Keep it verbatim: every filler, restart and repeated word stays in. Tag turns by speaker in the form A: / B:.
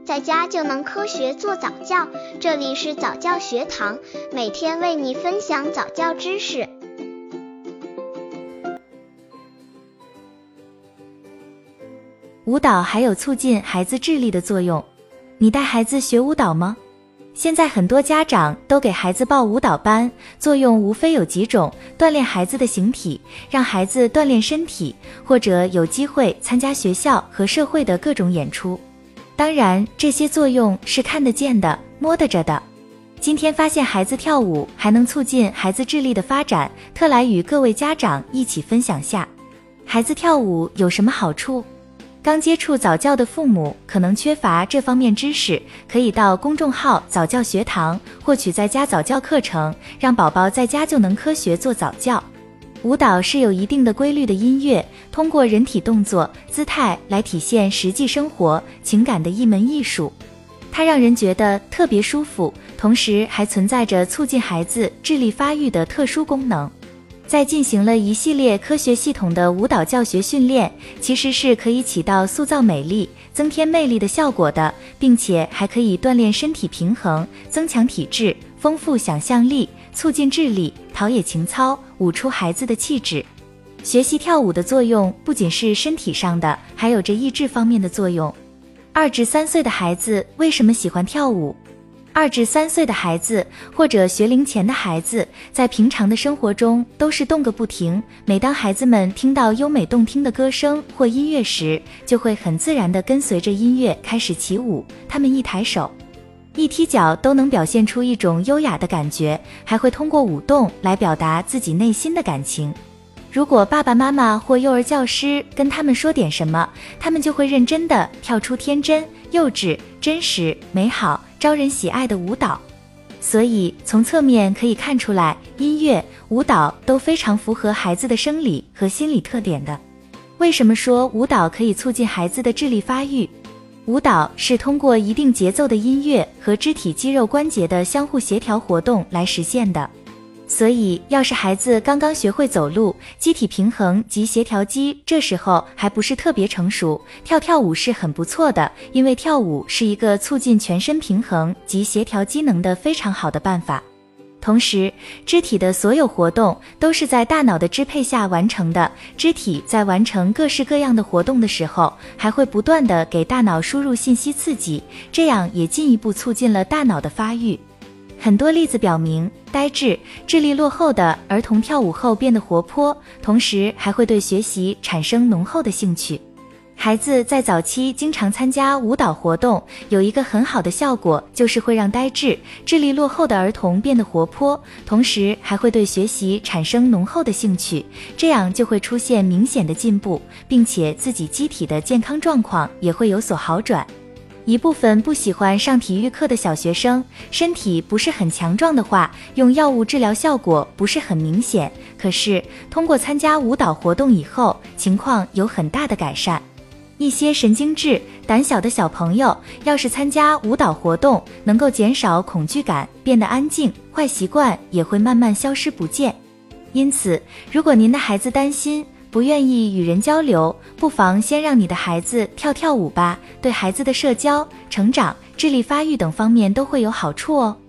A: 在家就能科学做早教。这里是早教学堂，每天为你分享早教知识。
B: 舞蹈还有促进孩子智力的作用。你带孩子学舞蹈吗？现在很多家长都给孩子报舞蹈班，作用无非有几种：锻炼孩子的形体，让孩子锻炼身体，或者有机会参加学校和社会的各种演出。当然，这些作用是看得见的、摸得着的。今天发现孩子跳舞还能促进孩子智力的发展，特来与各位家长一起分享下。孩子跳舞有什么好处？刚接触早教的父母可能缺乏这方面知识，可以到公众号早教学堂获取在家早教课程，让宝宝在家就能科学做早教。舞蹈是有一定的规律的音乐，通过人体动作、姿态来体现实际生活、情感的一门艺术。它让人觉得特别舒服，同时还存在着促进孩子智力发育的特殊功能。在进行了一系列科学系统的舞蹈教学训练，其实是可以起到塑造美丽、增添魅力的效果的，并且还可以锻炼身体平衡，增强体质，丰富想象力，促进智力，陶冶情操，舞出孩子的气质。学习跳舞的作用不仅是身体上的，还有着意志方面的作用。二至三岁的孩子为什么喜欢跳舞？二至三岁的孩子或者学龄前的孩子，在平常的生活中都是动个不停，每当孩子们听到优美动听的歌声或音乐时，就会很自然地跟随着音乐开始起舞。他们一抬手一踢脚都能表现出一种优雅的感觉，还会通过舞动来表达自己内心的感情。如果爸爸妈妈或幼儿教师跟他们说点什么，他们就会认真地跳出天真、幼稚、真实、美好、招人喜爱的舞蹈。所以从侧面可以看出来，音乐、舞蹈都非常符合孩子的生理和心理特点的。为什么说舞蹈可以促进孩子的智力发育？舞蹈是通过一定节奏的音乐和肢体肌肉关节的相互协调活动来实现的。所以要是孩子刚刚学会走路，机体平衡及协调肌这时候还不是特别成熟，跳跳舞是很不错的，因为跳舞是一个促进全身平衡及协调机能的非常好的办法。同时，肢体的所有活动都是在大脑的支配下完成的，肢体在完成各式各样的活动的时候，还会不断地给大脑输入信息刺激，这样也进一步促进了大脑的发育。很多例子表明，呆滞、智力落后的儿童跳舞后变得活泼，同时还会对学习产生浓厚的兴趣。孩子在早期经常参加舞蹈活动，有一个很好的效果，就是会让呆滞、智力落后的儿童变得活泼，同时还会对学习产生浓厚的兴趣，这样就会出现明显的进步，并且自己机体的健康状况也会有所好转。一部分不喜欢上体育课的小学生，身体不是很强壮的话，用药物治疗效果不是很明显，可是通过参加舞蹈活动以后，情况有很大的改善。一些神经质、胆小的小朋友，要是参加舞蹈活动，能够减少恐惧感，变得安静，坏习惯也会慢慢消失不见。因此，如果您的孩子担心不愿意与人交流，不妨先让你的孩子跳跳舞吧，对孩子的社交、成长、智力发育等方面都会有好处哦。